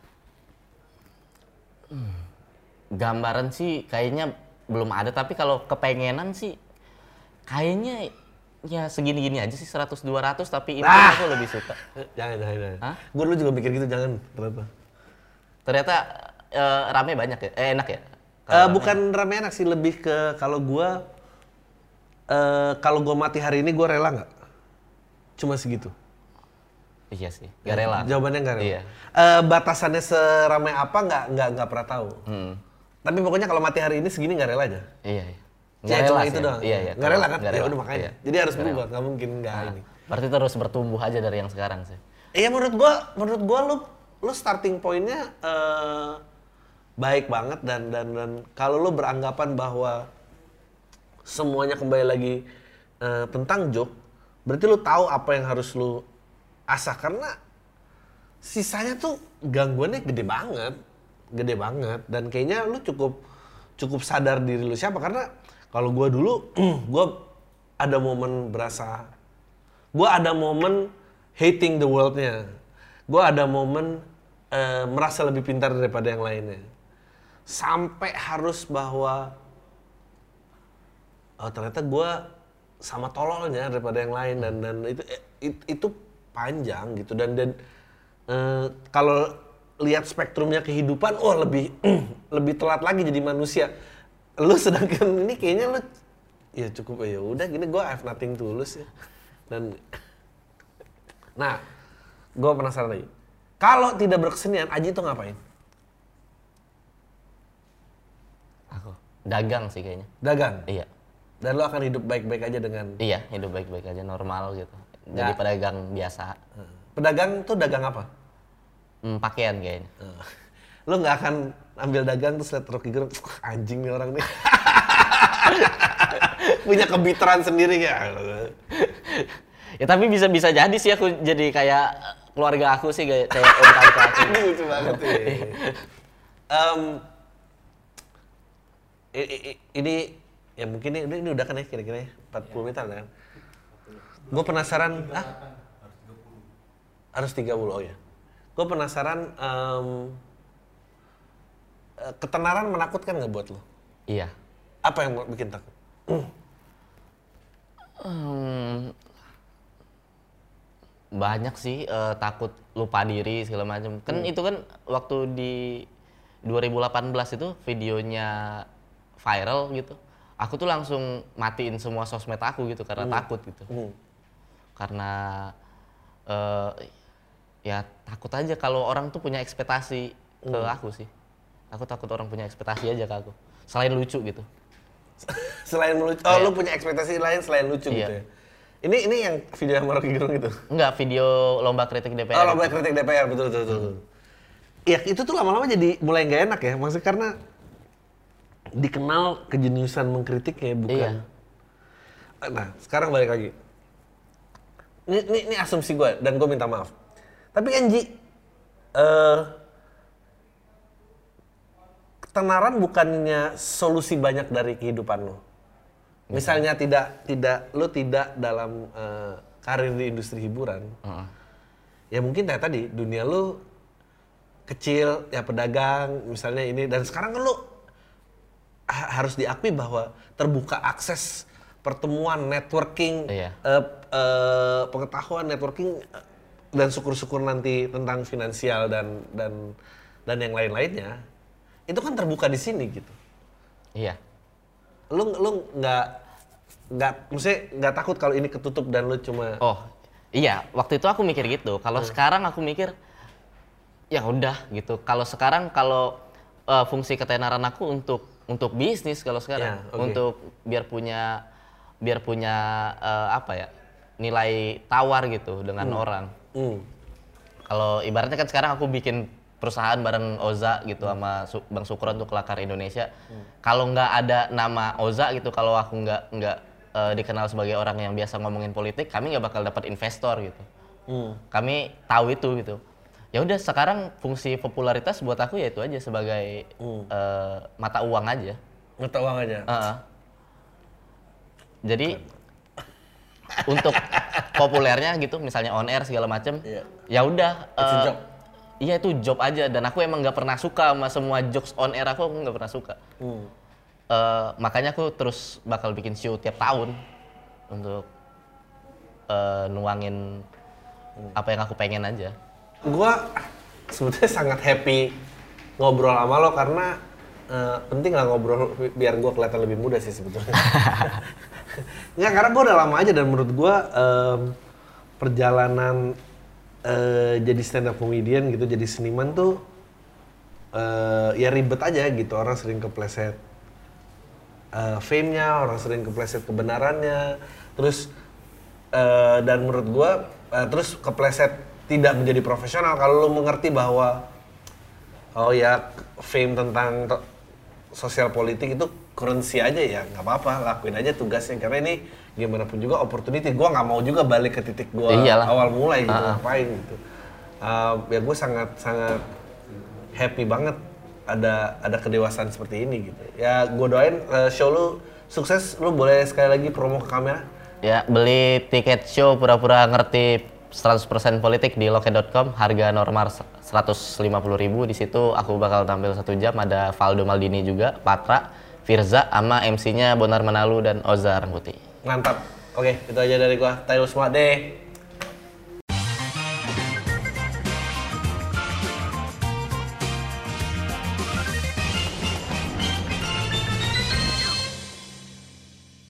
Gambaran sih kayaknya belum ada, tapi kalau kepengenan sih kayaknya ya segini-gini aja sih, seratus dua ratus, tapi itu ah! aku lebih suka. Jangan, jangan, jangan. Hah? Gue dulu juga mikir gitu, jangan. Ternyata. Ternyata uh, rame banyak ya? Eh enak ya? Uh, bukan rame enak sih, lebih ke kalau gue uh, kalau gue mati hari ini gue rela nggak? Cuma segitu. Iya sih, nggak rela. Jawabannya nggak rela. Iya. Uh, batasannya seramai apa nggak nggak nggak pernah tahu. Hmm. Tapi pokoknya kalau mati hari ini segini nggak rela aja. Iya, iya. Nggak Nggak cuma rela itu sih. doang. Iya, iya. Nggak rela kan? Nggak Ya rela. udah makanya. Iya. Jadi harus Nggak berubah, rela. nggak mungkin nggak Nah, ini. berarti terus bertumbuh aja dari yang sekarang sih. Iya, menurut gua, menurut gua lu lu starting pointnya uh, baik banget, dan dan dan kalau lu beranggapan bahwa semuanya kembali lagi uh, tentang joke, berarti lu tahu apa yang harus lu asah, karena sisanya tuh gangguannya gede banget, gede banget, dan kayaknya lu cukup cukup sadar diri lu siapa. Karena kalau gua dulu, gua ada momen berasa, gua ada momen hating the world-nya, gua ada momen uh, merasa lebih pintar daripada yang lainnya, sampai harus bahwa oh ternyata gua sama tololnya daripada yang lain, dan dan itu itu, itu panjang gitu, dan dan Uh, kalau lihat spektrumnya kehidupan, oh lebih lebih telat lagi jadi manusia. Lu sedangkan ini kayaknya lu ya cukup, ya udah gini, gue I have nothing to lose ya. Dan nah, gue penasaran lagi. Kalau tidak berkesenian, Aji itu ngapain? Aku dagang sih kayaknya. Dagang. Iya. Dan lu akan hidup baik-baik aja dengan. Iya, hidup baik-baik aja, normal gitu. Jadi Nggak. pedagang biasa. Pedagang tuh dagang apa? Hmm, pakaian kayaknya. Lu nggak akan ambil dagang terus liat Rocky Gerung, anjing nih orang nih. Punya kebiteran sendiri ya. Ya tapi bisa bisa jadi sih aku jadi kayak keluarga aku sih kayak kayak om tante aku. Ini lucu banget ya. um, ini ya mungkin ini, ini udah kan ya kira-kira ya empat puluh menit kan. Gue penasaran ah harus tiga puluh oh ya. Gue penasaran um, ketenaran menakutkan nggak buat lo? Iya. Apa yang bikin takut? Hmm, banyak sih uh, takut lupa diri segala macam. Kan hmm. itu kan waktu di dua ribu delapan belas itu videonya viral gitu. Aku tuh langsung matiin semua sosmed aku gitu karena hmm. takut gitu. Hmm. Karena uh, ya takut aja kalau orang tuh punya ekspektasi hmm. ke aku sih. Aku takut orang punya ekspektasi aja ke aku. Selain lucu gitu. Selain lucu, oh lu punya ekspektasi lain selain lucu iya. gitu ya? Ini ini yang video sama Rocky Gerung itu? Enggak, video lomba kritik D P R. Oh, lomba kritik D P R, betul betul betul. Iya, hmm. itu tuh lama-lama jadi mulai nggak enak ya, maksudnya karena dikenal kejeniusan mengkritik ya, bukan. Iya. Nah, sekarang balik lagi. Ini ini, ini asumsi gue dan gue minta maaf. Tapi Enji, uh, ketenaran bukannya solusi banyak dari kehidupan lo. Misalnya hmm. tidak tidak lo tidak dalam uh, karir di industri hiburan. Uh-uh. Ya mungkin kayak tadi dunia lo kecil ya pedagang misalnya ini dan sekarang kan lo ha- harus diakui bahwa terbuka akses pertemuan networking iya. uh, uh, pengetahuan networking uh, dan syukur-syukur nanti tentang finansial dan dan dan yang lain-lainnya. Itu kan terbuka di sini gitu. Iya. Lu lu nggak nggak maksudnya nggak takut kalau ini ketutup dan lu cuma oh iya waktu itu aku mikir gitu. Kalau hmm. sekarang aku mikir ya udah gitu. Kalau sekarang kalau uh, fungsi ketenaran aku untuk untuk bisnis kalau sekarang ya, okay. untuk biar punya biar punya uh, apa ya nilai tawar gitu dengan hmm. orang. Hmm. Kalau ibaratnya kan sekarang aku bikin perusahaan bareng Oza gitu hmm. sama Bang Sukron tuh Kelakar Indonesia. Hmm. Kalau nggak ada nama Oza gitu, kalau aku nggak nggak uh, dikenal sebagai orang yang biasa ngomongin politik, kami nggak bakal dapat investor gitu. Hmm. Kami tahu itu gitu. Ya udah sekarang fungsi popularitas buat aku ya itu aja sebagai hmm. uh, mata uang aja. Mata uang aja. Uh-uh. Jadi untuk populernya gitu, misalnya on air segala macem, yeah. ya udah. Iya itu job aja dan aku emang nggak pernah suka sama semua jokes on air aku nggak pernah suka. Hmm. Uh, makanya aku terus bakal bikin show tiap tahun untuk uh, nuangin hmm. apa yang aku pengen aja. Gua sebetulnya sangat happy ngobrol sama lo karena uh, penting lah ngobrol biar gua kelihatan lebih muda sih sebetulnya. Nggak karena gua udah lama aja dan menurut gua um, perjalanan Uh, jadi stand up comedian gitu, jadi seniman tuh uh, ya ribet aja gitu. Orang sering kepleset uh, fame-nya, orang sering kepleset kebenarannya. Terus uh, dan menurut gua uh, terus kepleset tidak menjadi profesional kalau lu mengerti bahwa oh ya fame tentang to- sosial politik itu currency aja ya nggak apa-apa, lakuin aja tugasnya karena ini gimana pun juga opportunity. Gue nggak mau juga balik ke titik gue awal mulai gitu, uh-uh. ngapain gitu. Uh, ya gue sangat sangat happy banget ada ada kedewasaan seperti ini gitu. Ya gue doain uh, show lu sukses. Lu boleh sekali lagi promo ke kamera. Ya beli tiket show pura-pura ngerti seratus persen politik di loket dot com, harga normal seratus lima puluh ribu. Di situ aku bakal tampil satu jam, ada Valdo Maldini juga, Patra, Firza, sama M C-nya Bonar Manalu dan Oza Rangkuti. Mantap. Oke, itu aja dari gua. Tayo semua deh.